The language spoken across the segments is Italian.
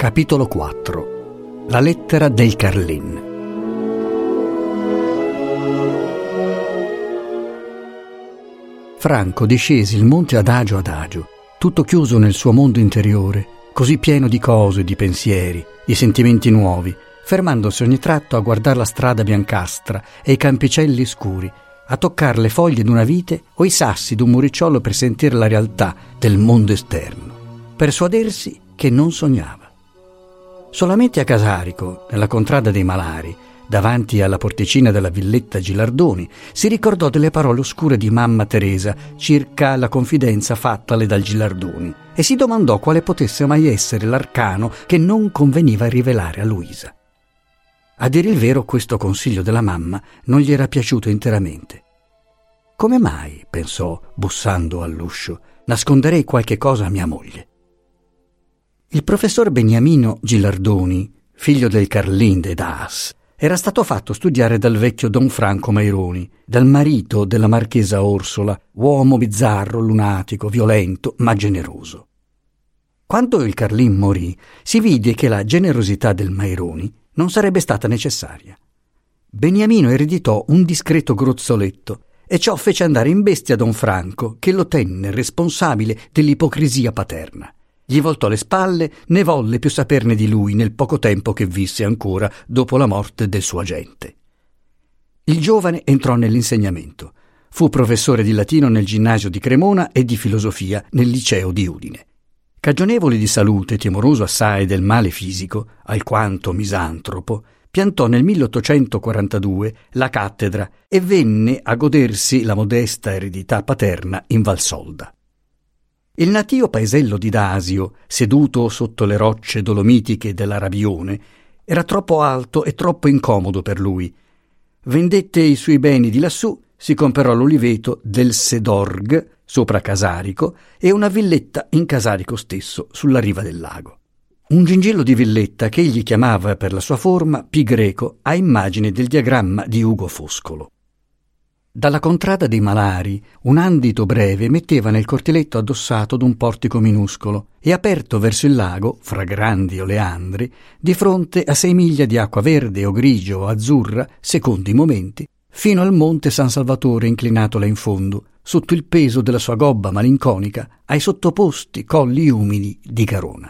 Capitolo 4. La lettera del Carlin. Franco discese il monte adagio adagio, tutto chiuso nel suo mondo interiore, così pieno di cose, di pensieri, di sentimenti nuovi, fermandosi ogni tratto a guardare la strada biancastra e i campicelli scuri, a toccare le foglie d'una vite o i sassi d'un muricciolo per sentire la realtà del mondo esterno, persuadersi che non sognava. Solamente a Casarico, nella contrada dei Malari, davanti alla porticina della villetta Gilardoni, si ricordò delle parole oscure di mamma Teresa circa la confidenza fattale dal Gilardoni e si domandò quale potesse mai essere l'arcano che non conveniva rivelare a Luisa. A dire il vero, questo consiglio della mamma non gli era piaciuto interamente. Come mai, pensò, bussando all'uscio, nasconderei qualche cosa a mia moglie? Il professor Beniamino Gilardoni, figlio del Carlin de Das, era stato fatto studiare dal vecchio Don Franco Maironi, dal marito della marchesa Orsola, uomo bizzarro, lunatico, violento, ma generoso. Quando il Carlin morì, si vide che la generosità del Maironi non sarebbe stata necessaria. Beniamino ereditò un discreto gruzzoletto e ciò fece andare in bestia Don Franco, che lo tenne responsabile dell'ipocrisia paterna. Gli voltò le spalle, né volle più saperne di lui nel poco tempo che visse ancora dopo la morte del suo agente. Il giovane entrò nell'insegnamento. Fu professore di latino nel ginnasio di Cremona e di filosofia nel liceo di Udine. Cagionevole di salute, timoroso assai del male fisico, alquanto misantropo, piantò nel 1842 la cattedra e venne a godersi la modesta eredità paterna in Valsolda. Il natio paesello di Dasio, seduto sotto le rocce dolomitiche dell'Arabione, era troppo alto e troppo incomodo per lui. Vendette i suoi beni di lassù, si comperò l'oliveto del Sedorg, sopra Casarico, e una villetta in Casarico stesso, sulla riva del lago. Un gingillo di villetta che egli chiamava per la sua forma pi greco a immagine del diagramma di Ugo Foscolo. Dalla contrada dei Malari un andito breve metteva nel cortiletto addossato d'un portico minuscolo e aperto verso il lago, fra grandi oleandri, di fronte a 6 miglia di acqua verde o grigio o azzurra, secondo i momenti, fino al monte San Salvatore inclinato là in fondo, sotto il peso della sua gobba malinconica, ai sottoposti colli umidi di Garona.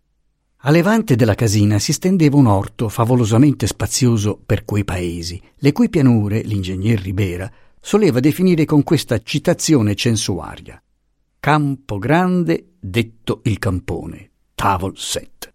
A levante della casina si stendeva un orto favolosamente spazioso per quei paesi, le cui pianure l'ingegner Ribera soleva definire con questa citazione censuaria: Campo grande, detto il campone, tavol 7.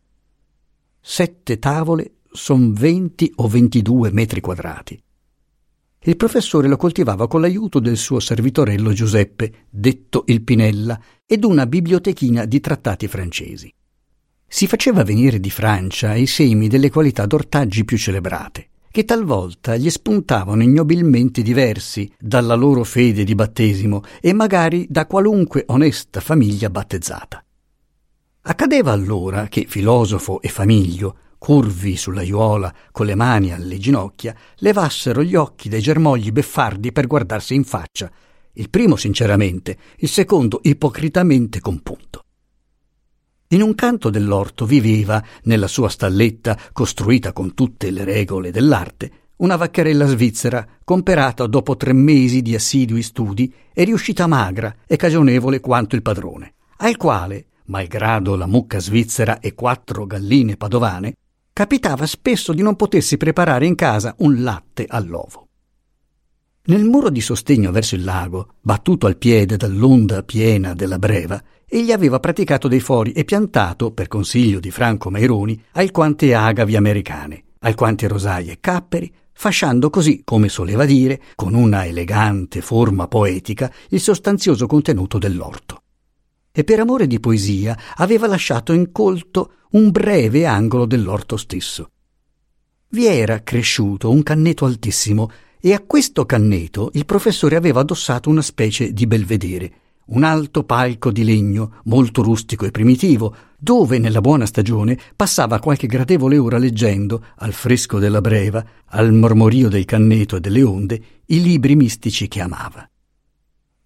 7 tavole son 20 o 22 metri quadrati. Il professore lo coltivava con l'aiuto del suo servitorello Giuseppe, detto il Pinella, ed una bibliotechina di trattati francesi. Si faceva venire di Francia i semi delle qualità d'ortaggi più celebrate, che talvolta gli spuntavano ignobilmente diversi dalla loro fede di battesimo e magari da qualunque onesta famiglia battezzata. Accadeva allora che filosofo e famiglio, curvi sull'aiuola con le mani alle ginocchia, levassero gli occhi dai germogli beffardi per guardarsi in faccia, il primo sinceramente, il secondo ipocritamente compunto. In un canto dell'orto viveva, nella sua stalletta, costruita con tutte le regole dell'arte, una vaccherella svizzera, comperata dopo 3 mesi di assidui studi e riuscita magra e cagionevole quanto il padrone, al quale, malgrado la mucca svizzera e 4 galline padovane, capitava spesso di non potersi preparare in casa un latte all'ovo. Nel muro di sostegno verso il lago, battuto al piede dall'onda piena della Breva, egli aveva praticato dei fori e piantato, per consiglio di Franco Maironi, alquante agavi americane, alquanti rosai e capperi, fasciando così, come soleva dire, con una elegante forma poetica, il sostanzioso contenuto dell'orto. E per amore di poesia aveva lasciato incolto un breve angolo dell'orto stesso. Vi era cresciuto un canneto altissimo e a questo canneto il professore aveva addossato una specie di belvedere, un alto palco di legno molto rustico e primitivo, dove nella buona stagione passava qualche gradevole ora leggendo, al fresco della Breva, al mormorio del canneto e delle onde, i libri mistici che amava.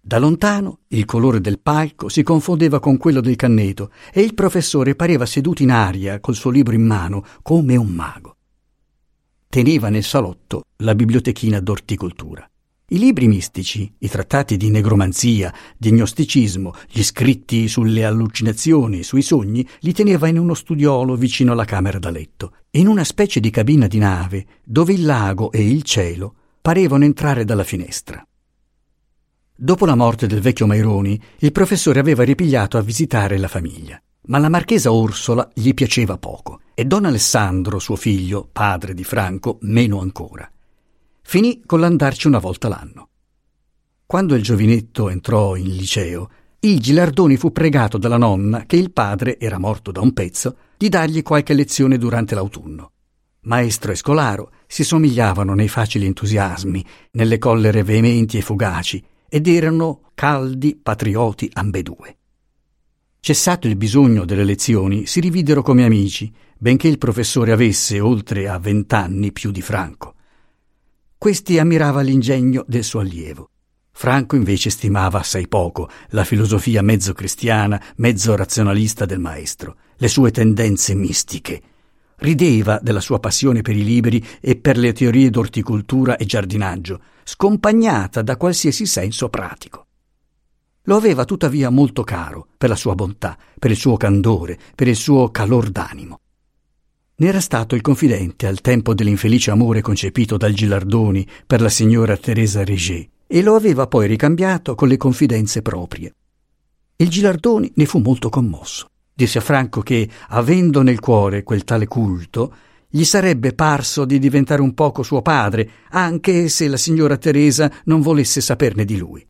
Da lontano il colore del palco si confondeva con quello del canneto e il professore pareva seduto in aria col suo libro in mano come un mago. Teneva nel salotto la bibliotechina d'orticoltura. I libri mistici, i trattati di negromanzia, di gnosticismo, gli scritti sulle allucinazioni, sui sogni, li teneva in uno studiolo vicino alla camera da letto, in una specie di cabina di nave dove il lago e il cielo parevano entrare dalla finestra. Dopo la morte del vecchio Maironi, il professore aveva ripigliato a visitare la famiglia, ma la marchesa Orsola gli piaceva poco e don Alessandro, suo figlio, padre di Franco, meno ancora. Finì con l'andarci una volta l'anno. Quando il giovinetto entrò in liceo, il Gilardoni fu pregato dalla nonna, che il padre era morto da un pezzo, di dargli qualche lezione durante l'autunno. Maestro e scolaro si somigliavano nei facili entusiasmi, nelle collere veementi e fugaci, ed erano caldi patrioti ambedue. Cessato il bisogno delle lezioni, si rividero come amici, benché il professore avesse oltre a 20 anni più di Franco. Questi ammirava l'ingegno del suo allievo. Franco invece stimava assai poco la filosofia mezzo cristiana, mezzo razionalista del maestro, le sue tendenze mistiche. Rideva della sua passione per i libri e per le teorie d'orticoltura e giardinaggio, scompagnata da qualsiasi senso pratico. Lo aveva tuttavia molto caro per la sua bontà, per il suo candore, per il suo calor d'animo. Ne era stato il confidente al tempo dell'infelice amore concepito dal Gilardoni per la signora Teresa Réger e lo aveva poi ricambiato con le confidenze proprie. Il Gilardoni ne fu molto commosso. Disse a Franco che, avendo nel cuore quel tale culto, gli sarebbe parso di diventare un poco suo padre, anche se la signora Teresa non volesse saperne di lui.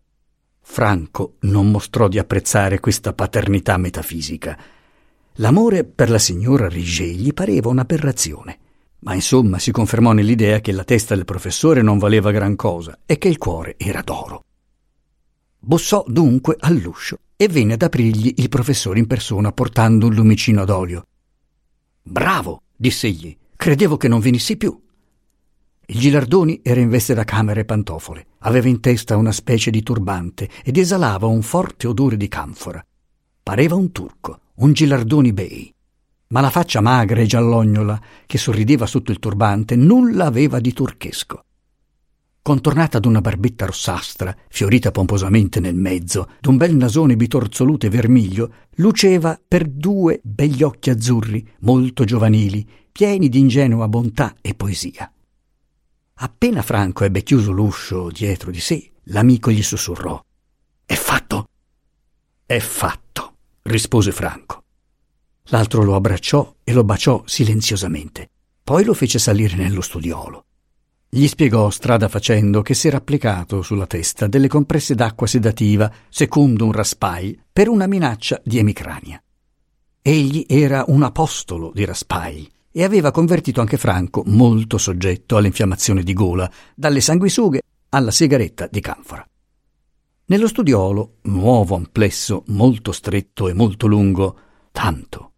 Franco non mostrò di apprezzare questa paternità metafisica. L'amore per la signora Réger gli pareva un'aberrazione, ma insomma si confermò nell'idea che la testa del professore non valeva gran cosa e che il cuore era d'oro. Bussò dunque all'uscio e venne ad aprirgli il professore in persona portando un lumicino ad olio. «Bravo!» diss'egli. «Credevo che non venissi più». Il Gilardoni era in veste da camera e pantofole, aveva in testa una specie di turbante ed esalava un forte odore di canfora. Pareva un turco, un Gilardoni Bey, ma la faccia magra e giallognola che sorrideva sotto il turbante nulla aveva di turchesco. Contornata d'una barbetta rossastra, fiorita pomposamente nel mezzo, d'un bel nasone bitorzoluto e vermiglio, luceva per 2 begli occhi azzurri, molto giovanili, pieni di ingenua bontà e poesia. Appena Franco ebbe chiuso l'uscio dietro di sé, l'amico gli sussurrò: «È fatto?» «È fatto», rispose Franco. L'altro lo abbracciò e lo baciò silenziosamente. Poi lo fece salire nello studiolo. Gli spiegò strada facendo che s'era applicato sulla testa delle compresse d'acqua sedativa secondo un Raspail per una minaccia di emicrania. Egli era un apostolo di Raspail e aveva convertito anche Franco, molto soggetto all'infiammazione di gola, dalle sanguisughe alla sigaretta di canfora. Nello studiolo, nuovo amplesso, molto stretto e molto lungo, tanto,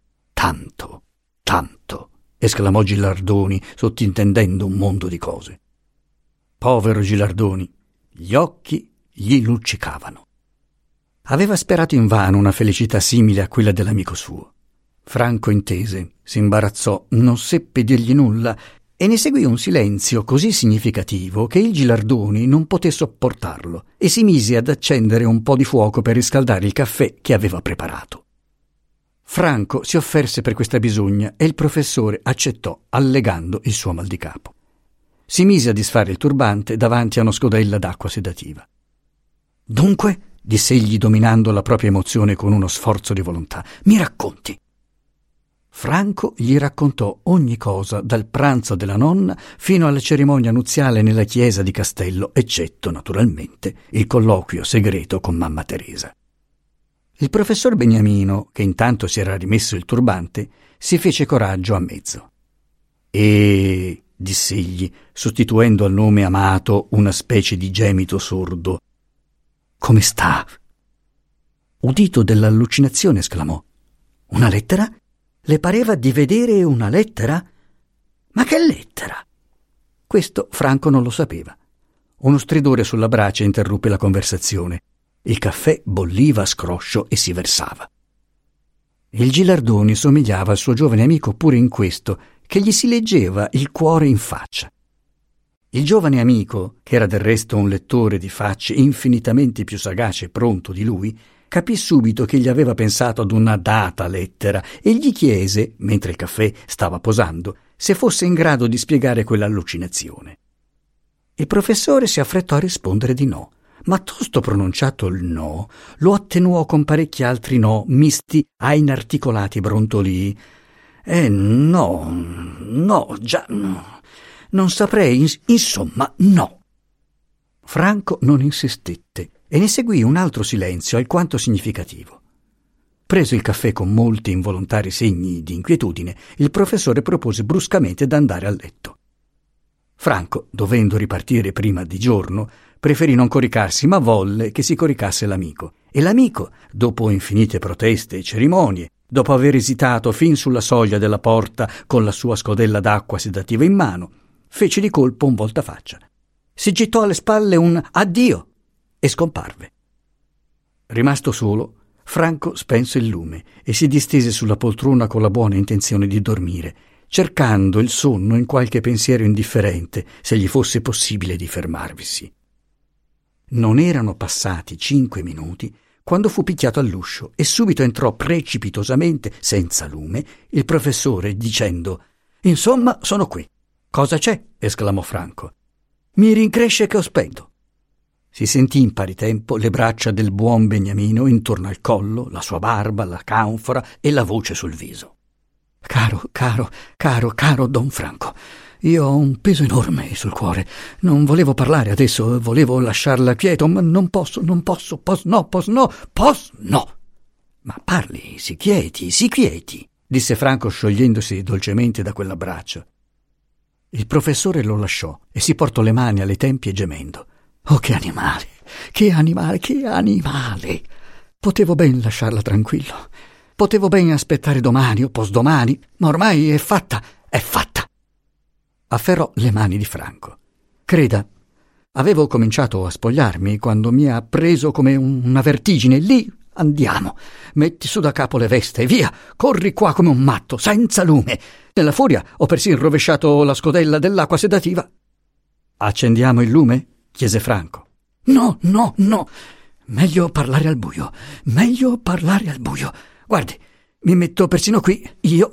esclamò Gilardoni, sottintendendo un mondo di cose. Povero Gilardoni, gli occhi gli luccicavano. Aveva sperato invano una felicità simile a quella dell'amico suo. Franco intese, si imbarazzò, non seppe dirgli nulla e ne seguì un silenzio così significativo che il Gilardoni non poté sopportarlo e si mise ad accendere un po' di fuoco per riscaldare il caffè che aveva preparato. Franco si offerse per questa bisogna e il professore accettò, allegando il suo mal di capo. Si mise a disfare il turbante davanti a una scodella d'acqua sedativa. «Dunque», diss'egli dominando la propria emozione con uno sforzo di volontà, «mi racconti». Franco gli raccontò ogni cosa, dal pranzo della nonna fino alla cerimonia nuziale nella chiesa di Castello, eccetto, naturalmente, il colloquio segreto con mamma Teresa. Il professor Beniamino, che intanto si era rimesso il turbante, si fece coraggio a mezzo. «E», diss'egli, sostituendo al nome amato una specie di gemito sordo, «come sta?» Udito dell'allucinazione, esclamò: «Una lettera? Le pareva di vedere una lettera? Ma che lettera?» Questo Franco non lo sapeva. Uno stridore sulla brace interruppe la conversazione. Il caffè bolliva a scroscio e si versava. Il Gilardoni somigliava al suo giovane amico pure in questo, che gli si leggeva il cuore in faccia. Il giovane amico, che era del resto un lettore di facce infinitamente più sagace e pronto di lui, capì subito che gli aveva pensato ad una data lettera e gli chiese, mentre il caffè stava posando, se fosse in grado di spiegare quell'allucinazione. Il professore si affrettò a rispondere di no, ma tosto pronunciato il no, lo attenuò con parecchi altri no misti a inarticolati brontolii. No, già no. Non saprei, insomma, no. Franco non insistette e ne seguì un altro silenzio alquanto significativo. Preso il caffè con molti involontari segni di inquietudine, il professore propose bruscamente d'andare a letto. Franco, dovendo ripartire prima di giorno, preferì non coricarsi, ma volle che si coricasse l'amico. E l'amico, dopo infinite proteste e cerimonie, dopo aver esitato fin sulla soglia della porta con la sua scodella d'acqua sedativa in mano, fece di colpo un voltafaccia. Si gittò alle spalle un addio e scomparve. Rimasto solo, Franco spense il lume e si distese sulla poltrona con la buona intenzione di dormire, cercando il sonno in qualche pensiero indifferente, se gli fosse possibile di fermarvisi. Non erano passati 5 minuti quando fu picchiato all'uscio e subito entrò precipitosamente, senza lume, il professore dicendo: «Insomma, sono qui». «Cosa c'è?» esclamò Franco. «Mi rincresce che ho spento». Si sentì in pari tempo le braccia del buon Beniamino intorno al collo, la sua barba, la canfora e la voce sul viso. Caro Don Franco, io ho un peso enorme sul cuore. Non volevo parlare adesso, volevo lasciarla quieto, ma non posso, no. Ma parli, si quieti, disse Franco sciogliendosi dolcemente da quell'abbraccio. Il professore lo lasciò e si portò le mani alle tempie gemendo. Oh, che animale! Potevo ben lasciarla tranquillo. Potevo ben aspettare domani o posdomani, ma ormai è fatta. Afferrò le mani di Franco. Creda, avevo cominciato a spogliarmi quando mi ha preso come una vertigine. Lì andiamo. Metti su da capo le veste e via. Corri qua come un matto, senza lume. Nella furia ho persino rovesciato la scodella dell'acqua sedativa. Accendiamo il lume? Chiese Franco. No. Meglio parlare al buio. Guardi, mi metto persino qui, io.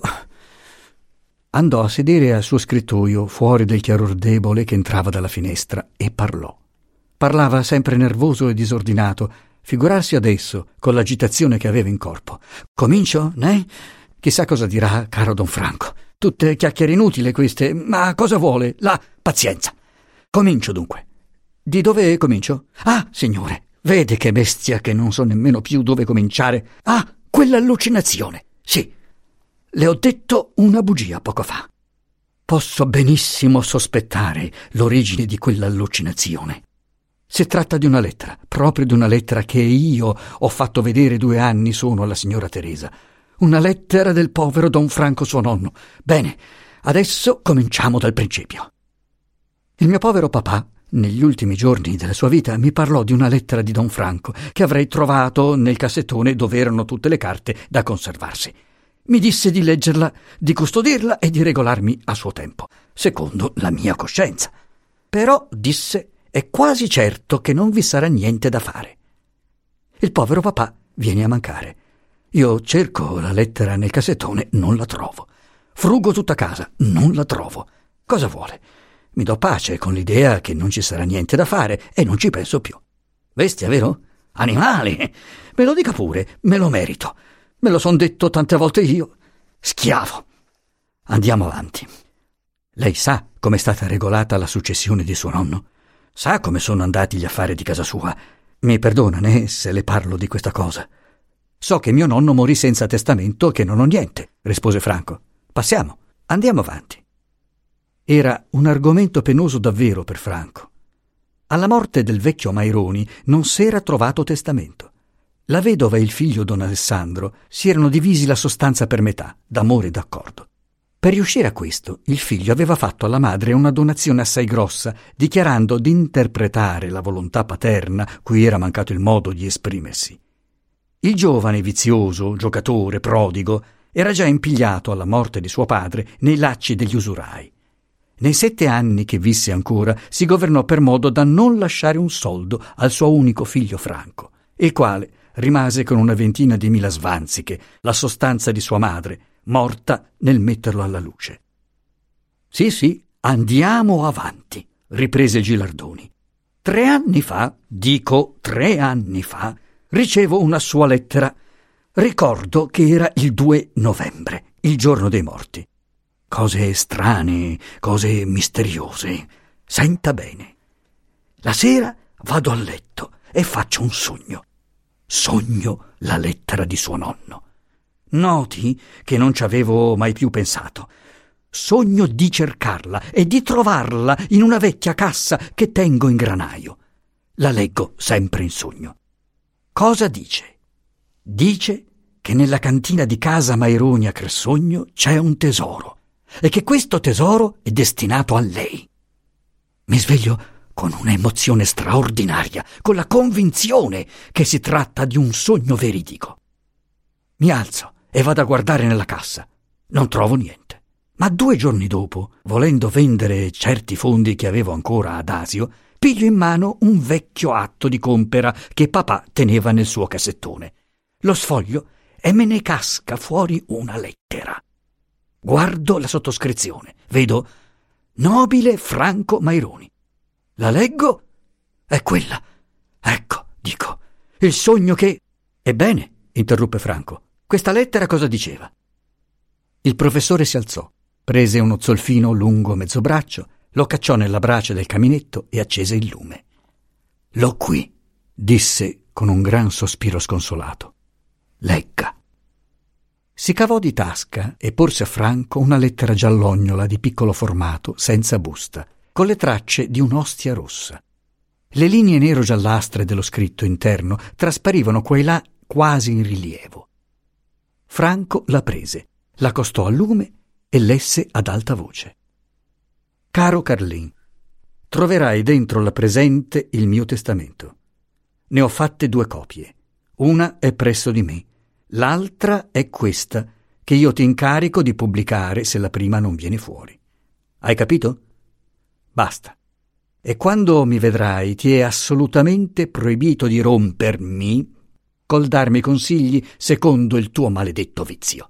Andò a sedere al suo scrittoio, fuori del chiaror debole che entrava dalla finestra, e parlò. Parlava sempre nervoso e disordinato. Figurarsi adesso, con l'agitazione che aveva in corpo. Comincio, né? Chissà cosa dirà, caro Don Franco. Tutte chiacchiere inutili queste, ma cosa vuole? La pazienza. Comincio dunque. Di dove comincio? Ah, signore, vede che bestia che non so nemmeno più dove cominciare. Ah, quell'allucinazione. Sì, le ho detto una bugia poco fa. Posso benissimo sospettare l'origine di quell'allucinazione. Si tratta di una lettera, proprio di una lettera che io ho fatto vedere 2 anni sono alla signora Teresa. Una lettera del povero Don Franco suo nonno. Bene, adesso cominciamo dal principio. Il mio povero papà, negli ultimi giorni della sua vita, mi parlò di una lettera di Don Franco che avrei trovato nel cassettone dove erano tutte le carte da conservarsi. Mi disse di leggerla, di custodirla e di regolarmi a suo tempo, secondo la mia coscienza. Però, disse, è quasi certo che non vi sarà niente da fare. Il povero papà viene a mancare. Io cerco la lettera nel cassettone, non la trovo. Frugo tutta casa, non la trovo. Cosa vuole? Mi do pace con l'idea che non ci sarà niente da fare e non ci penso più. Bestia, vero? Animale! Me lo dica pure, me lo merito. Me lo son detto tante volte io. Schiavo! Andiamo avanti. Lei sa com'è stata regolata la successione di suo nonno? Sa come sono andati gli affari di casa sua? Mi perdona, né, se le parlo di questa cosa. So che mio nonno morì senza testamento, che non ho niente, rispose Franco. Passiamo, andiamo avanti. Era un argomento penoso davvero per Franco. Alla morte del vecchio Maironi non s'era trovato testamento. La vedova e il figlio Don Alessandro si erano divisi la sostanza per metà, d'amore e d'accordo. Per riuscire a questo, il figlio aveva fatto alla madre una donazione assai grossa, dichiarando di interpretare la volontà paterna, cui era mancato il modo di esprimersi. Il giovane vizioso, giocatore, prodigo, era già impigliato alla morte di suo padre nei lacci degli usurai. Nei 7 anni che visse ancora si governò per modo da non lasciare un soldo al suo unico figlio Franco, il quale rimase con una 20.000 svanziche, la sostanza di sua madre, morta nel metterlo alla luce. Sì, andiamo avanti, riprese Gilardoni. 3 anni fa, dico 3 anni fa, ricevo una sua lettera. Ricordo che era il 2 novembre, il giorno dei morti. Cose strane, cose misteriose. Senta bene. La sera vado a letto e faccio un sogno. Sogno la lettera di suo nonno. Noti che non ci avevo mai più pensato. Sogno di cercarla e di trovarla in una vecchia cassa che tengo in granaio. La leggo sempre in sogno. Cosa dice? Dice che nella cantina di casa Maironi a Cressogno c'è un tesoro e che questo tesoro è destinato a lei. Mi sveglio con un'emozione straordinaria, con la convinzione che si tratta di un sogno veridico. Mi alzo e vado a guardare nella cassa. Non trovo niente. Ma 2 giorni dopo, volendo vendere certi fondi che avevo ancora ad Asio, piglio in mano un vecchio atto di compera che papà teneva nel suo cassettone. Lo sfoglio e me ne casca fuori una lettera. Guardo la sottoscrizione, vedo Nobile Franco Maironi. La leggo? È quella. Ecco, dico, il sogno che... Ebbene, interruppe Franco, questa lettera cosa diceva? Il professore si alzò, prese uno zolfino lungo mezzo braccio, lo cacciò nella brace del caminetto e accese il lume. L'ho qui, disse con un gran sospiro sconsolato. Legga. Si cavò di tasca e porse a Franco una lettera giallognola di piccolo formato, senza busta, con le tracce di un'ostia rossa. Le linee nero-giallastre dello scritto interno trasparivano qua e là quasi in rilievo. Franco la prese, l'accostò al lume e lesse ad alta voce. Caro Carlin, troverai dentro la presente il mio testamento. Ne ho fatte 2 copie. Una è presso di me, l'altra è questa, che io ti incarico di pubblicare se la prima non viene fuori. Hai capito? Basta. E quando mi vedrai ti è assolutamente proibito di rompermi col darmi consigli secondo il tuo maledetto vizio.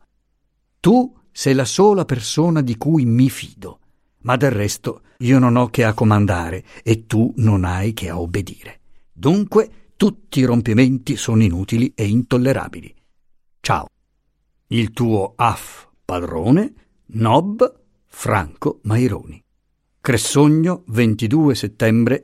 Tu sei la sola persona di cui mi fido, ma del resto io non ho che a comandare e tu non hai che a obbedire. Dunque tutti i rompimenti sono inutili e intollerabili. Ciao. Il tuo AF padrone, Nob Franco Maironi. Cressogno, 22 settembre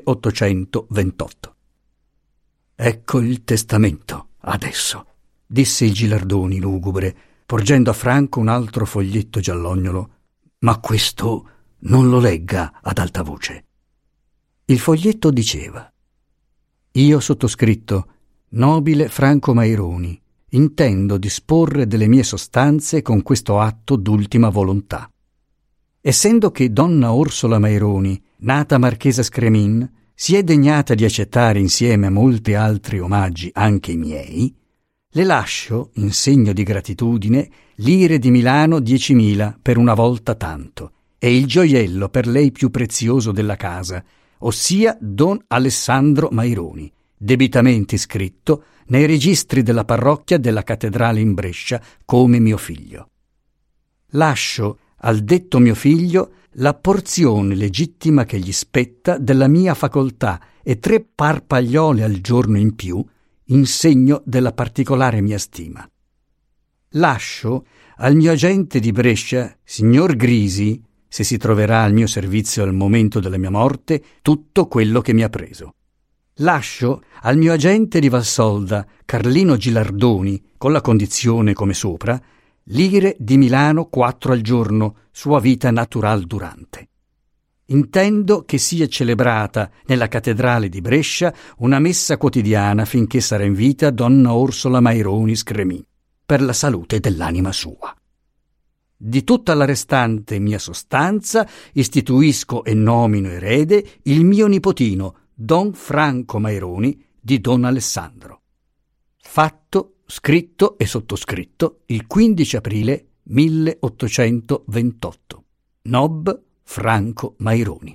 1828. Ecco il testamento, adesso, disse il Gilardoni lugubre, porgendo a Franco un altro foglietto giallognolo. Ma questo non lo legga ad alta voce. Il foglietto diceva: Io sottoscritto, nobile Franco Maironi, intendo disporre delle mie sostanze con questo atto d'ultima volontà. Essendo che donna Orsola Maironi, nata marchesa Scremin, si è degnata di accettare insieme a molti altri omaggi anche i miei, le lascio, in segno di gratitudine, lire di Milano 10.000 per una volta tanto, e il gioiello per lei più prezioso della casa, ossia Don Alessandro Maironi, debitamente iscritto nei registri della parrocchia della cattedrale in Brescia come mio figlio. Lascio al detto mio figlio la porzione legittima che gli spetta della mia facoltà e 3 parpagliole al giorno in più, in segno della particolare mia stima. Lascio al mio agente di Brescia, signor Grisi, se si troverà al mio servizio al momento della mia morte, tutto quello che mi ha preso. Lascio al mio agente di Valsolda, Carlino Gilardoni, con la condizione come sopra, lire di Milano 4 al giorno, sua vita natural durante. Intendo che sia celebrata nella cattedrale di Brescia una messa quotidiana finché sarà in vita donna Orsola Maironi Scremin, per la salute dell'anima sua. Di tutta la restante mia sostanza istituisco e nomino erede il mio nipotino, Don Franco Maironi di Don Alessandro. Fatto, scritto e sottoscritto il 15 aprile 1828. Nob Franco Maironi.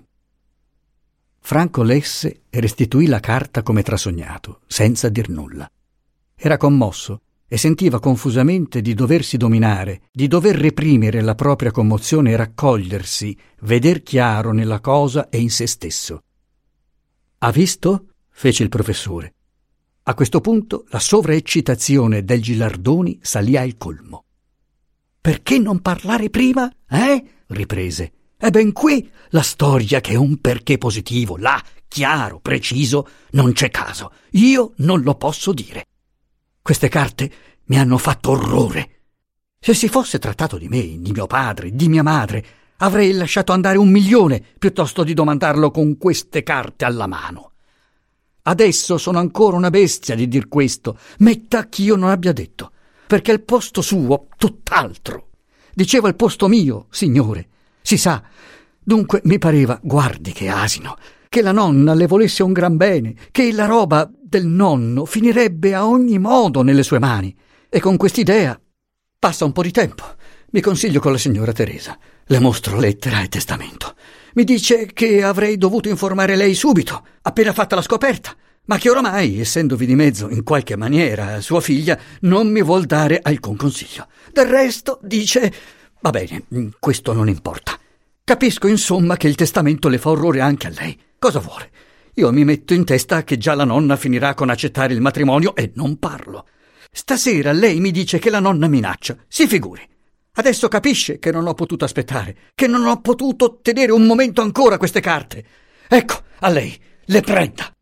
Franco lesse e restituì la carta come trasognato, senza dir nulla. Era commosso e sentiva confusamente di doversi dominare, di dover reprimere la propria commozione e raccogliersi, veder chiaro nella cosa e in se stesso. «Ha visto?» fece il professore. A questo punto la sovraeccitazione del Gilardoni salì al colmo. «Perché non parlare prima, riprese. «È ben qui la storia che è un perché positivo, là, chiaro, preciso, non c'è caso. Io non lo posso dire. Queste carte mi hanno fatto orrore. Se si fosse trattato di me, di mio padre, di mia madre, avrei lasciato andare 1 milione piuttosto di domandarlo con queste carte alla mano. Adesso sono ancora una bestia di dir questo, metta ch'io non abbia detto, perché il posto suo tutt'altro. Dicevo il posto mio, signore. Si sa, dunque mi pareva, guardi che asino, che la nonna le volesse un gran bene, che la roba del nonno finirebbe a ogni modo nelle sue mani. E con quest'idea passa un po' di tempo. Mi consiglio con la signora Teresa. Le mostro lettera e testamento. Mi dice che avrei dovuto informare lei subito, appena fatta la scoperta, ma che oramai, essendovi di mezzo in qualche maniera sua figlia, non mi vuol dare alcun consiglio. Del resto, dice... Va bene, questo non importa. Capisco insomma che il testamento le fa orrore anche a lei. Cosa vuole? Io mi metto in testa che già la nonna finirà con accettare il matrimonio e non parlo. Stasera lei mi dice che la nonna minaccia. Si figuri. Adesso capisce che non ho potuto aspettare, che non ho potuto tenere un momento ancora queste carte. Ecco, a lei, le prenda.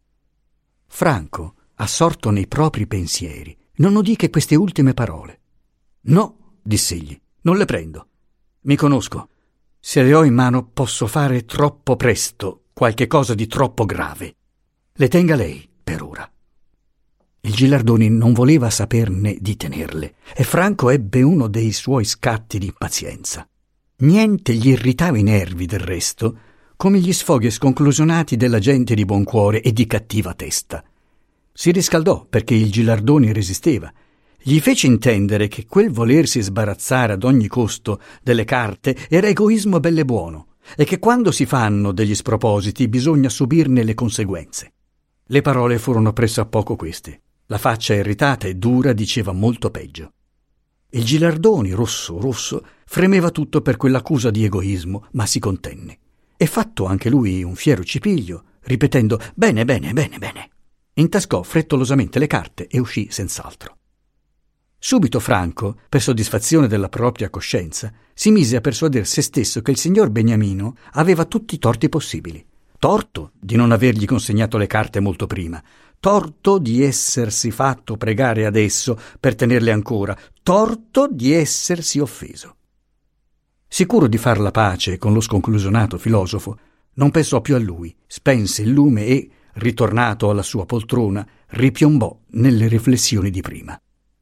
Franco, assorto nei propri pensieri, non udì che queste ultime parole. No, diss'egli. Non le prendo. Mi conosco. Se le ho in mano posso fare troppo presto qualche cosa di troppo grave. Le tenga lei, per ora. Il Gilardoni non voleva saperne di tenerle e Franco ebbe uno dei suoi scatti di impazienza. Niente gli irritava i nervi del resto, come gli sfoghi sconclusionati della gente di buon cuore e di cattiva testa. Si riscaldò perché il Gilardoni resisteva. Gli fece intendere che quel volersi sbarazzare ad ogni costo delle carte era egoismo bell'e buono e che quando si fanno degli spropositi bisogna subirne le conseguenze. Le parole furono pressappoco queste. La faccia irritata e dura diceva molto peggio. Il Gilardoni, rosso, fremeva tutto per quell'accusa di egoismo, ma si contenne. E fatto anche lui un fiero cipiglio, ripetendo «Bene, bene, bene, bene», intascò frettolosamente le carte e uscì senz'altro. Subito Franco, per soddisfazione della propria coscienza, si mise a persuader se stesso che il signor Beniamino aveva tutti i torti possibili. Torto di non avergli consegnato le carte molto prima, torto di essersi fatto pregare adesso per tenerle ancora, torto di essersi offeso. Sicuro di far la pace con lo sconclusionato filosofo, non pensò più a lui, spense il lume e, ritornato alla sua poltrona, ripiombò nelle riflessioni di prima.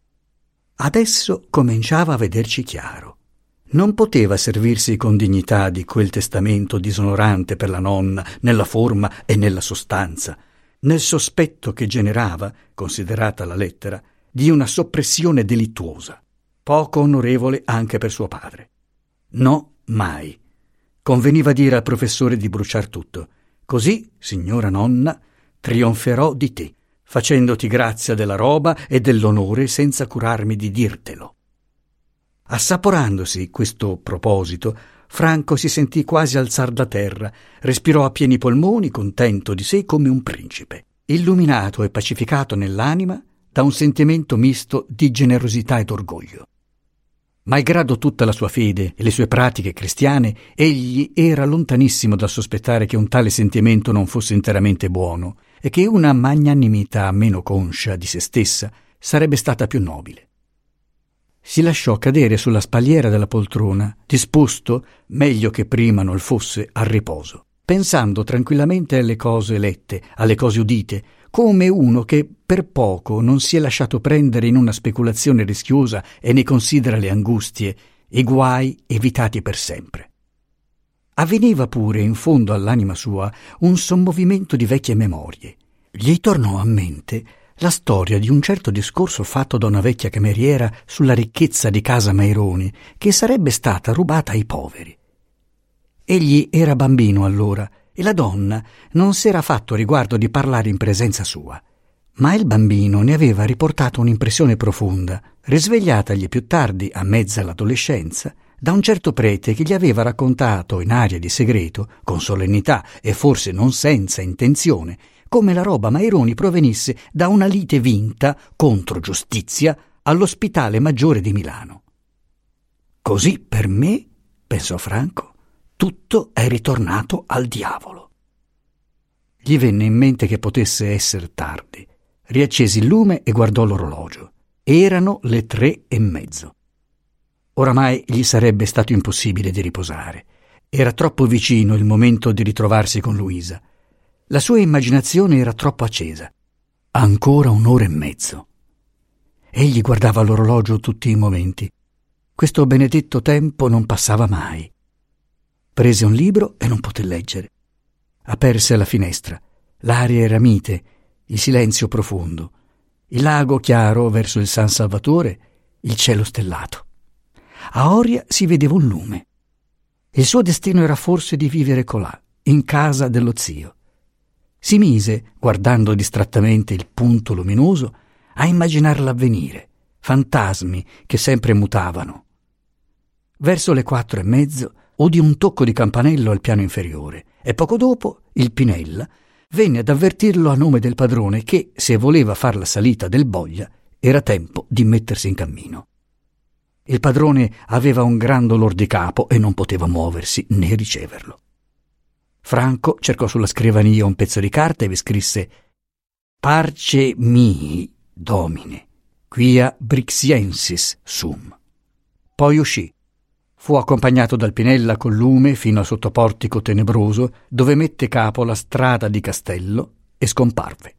Adesso cominciava a vederci chiaro. Non poteva servirsi con dignità di quel testamento disonorante per la nonna nella forma e nella sostanza, nel sospetto che generava, considerata la lettera, di una soppressione delittuosa, poco onorevole anche per suo padre. No, mai. Conveniva dire al professore di bruciar tutto. Così, signora nonna, trionferò di te, facendoti grazia della roba e dell'onore senza curarmi di dirtelo. Assaporandosi questo proposito, Franco si sentì quasi alzar da terra, respirò a pieni polmoni, contento di sé come un principe, illuminato e pacificato nell'anima da un sentimento misto di generosità ed orgoglio. Malgrado tutta la sua fede e le sue pratiche cristiane, egli era lontanissimo dal sospettare che un tale sentimento non fosse interamente buono e che una magnanimità meno conscia di se stessa sarebbe stata più nobile. Si lasciò cadere sulla spalliera della poltrona, disposto, meglio che prima non fosse, al riposo, pensando tranquillamente alle cose lette, alle cose udite, come uno che per poco non si è lasciato prendere in una speculazione rischiosa e ne considera le angustie i guai evitati per sempre. Avveniva pure in fondo all'anima sua un sommovimento di vecchie memorie. Gli tornò a mente la storia di un certo discorso fatto da una vecchia cameriera sulla ricchezza di casa Maironi, che sarebbe stata rubata ai poveri. Egli era bambino allora e la donna non s'era fatto riguardo di parlare in presenza sua, ma il bambino ne aveva riportato un'impressione profonda, risvegliatagli più tardi, a mezza l'adolescenza, da un certo prete che gli aveva raccontato in aria di segreto, con solennità e forse non senza intenzione, come la roba Maironi provenisse da una lite vinta contro giustizia all'ospitale maggiore di Milano. Così per me, pensò Franco, tutto è ritornato al diavolo. Gli venne in mente che potesse essere tardi. Riaccese il lume e guardò l'orologio. Erano le 3:30. Oramai gli sarebbe stato impossibile di riposare. Era troppo vicino il momento di ritrovarsi con Luisa. La sua immaginazione era troppo accesa. Ancora 1 ora e mezzo. Egli guardava l'orologio tutti i momenti. Questo benedetto tempo non passava mai. Prese un libro e non poté leggere. Aperse la finestra. L'aria era mite, il silenzio profondo, il lago chiaro verso il San Salvatore, il cielo stellato. A Oria si vedeva un lume. Il suo destino era forse di vivere colà, in casa dello zio. Si mise, guardando distrattamente il punto luminoso, a immaginar l'avvenire, fantasmi che sempre mutavano. Verso le 4:30 udì un tocco di campanello al piano inferiore e poco dopo il Pinella venne ad avvertirlo a nome del padrone che, se voleva far la salita del Boglia, era tempo di mettersi in cammino. Il padrone aveva un gran dolor di capo e non poteva muoversi né riceverlo. Franco cercò sulla scrivania un pezzo di carta e vi scrisse «Parce mihi, domine, quia Brixiensis sum». Poi uscì. Fu accompagnato dal Pinella col lume fino al sottoportico tenebroso dove mette capo la strada di Castello e scomparve.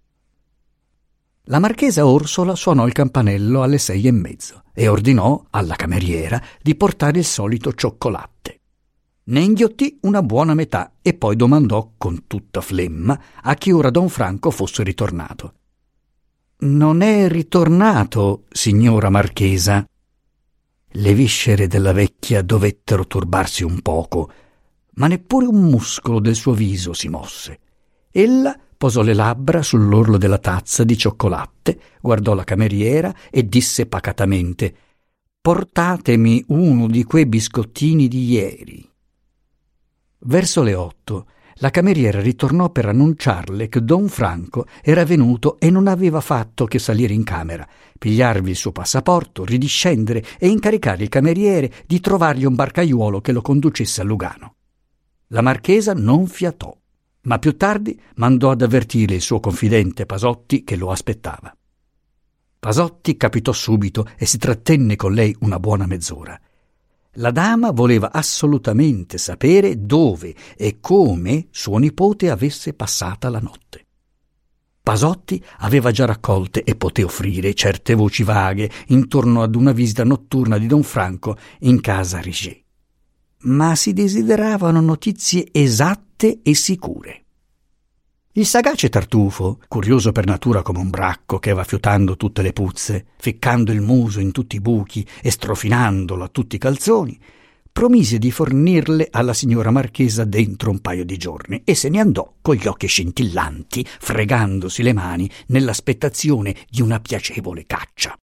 La marchesa Orsola suonò il campanello alle 6:30 e ordinò alla cameriera di portare il solito cioccolatte. Ne inghiottì una buona metà e poi domandò con tutta flemma a che ora don Franco fosse ritornato. «Non è ritornato, signora marchesa». Le viscere della vecchia dovettero turbarsi un poco, ma neppure un muscolo del suo viso si mosse. Ella posò le labbra sull'orlo della tazza di cioccolatte, guardò la cameriera e disse pacatamente «Portatemi uno di quei biscottini di ieri». Verso le 8 la cameriera ritornò per annunciarle che don Franco era venuto e non aveva fatto che salire in camera, pigliarvi il suo passaporto, ridiscendere e incaricare il cameriere di trovargli un barcaiuolo che lo conducesse a Lugano. La marchesa non fiatò, ma più tardi mandò ad avvertire il suo confidente Pasotti che lo aspettava. Pasotti capitò subito e si trattenne con lei una buona mezz'ora. La dama voleva assolutamente sapere dove e come suo nipote avesse passata la notte. Pasotti aveva già raccolte e poté offrire certe voci vaghe intorno ad una visita notturna di don Franco in casa Riget. Ma si desideravano notizie esatte e sicure. Il sagace Tartufo, curioso per natura come un bracco che va fiutando tutte le puzze, ficcando il muso in tutti i buchi e strofinandolo a tutti i calzoni, promise di fornirle alla signora marchesa dentro un paio di giorni e se ne andò con gli occhi scintillanti, fregandosi le mani nell'aspettazione di una piacevole caccia.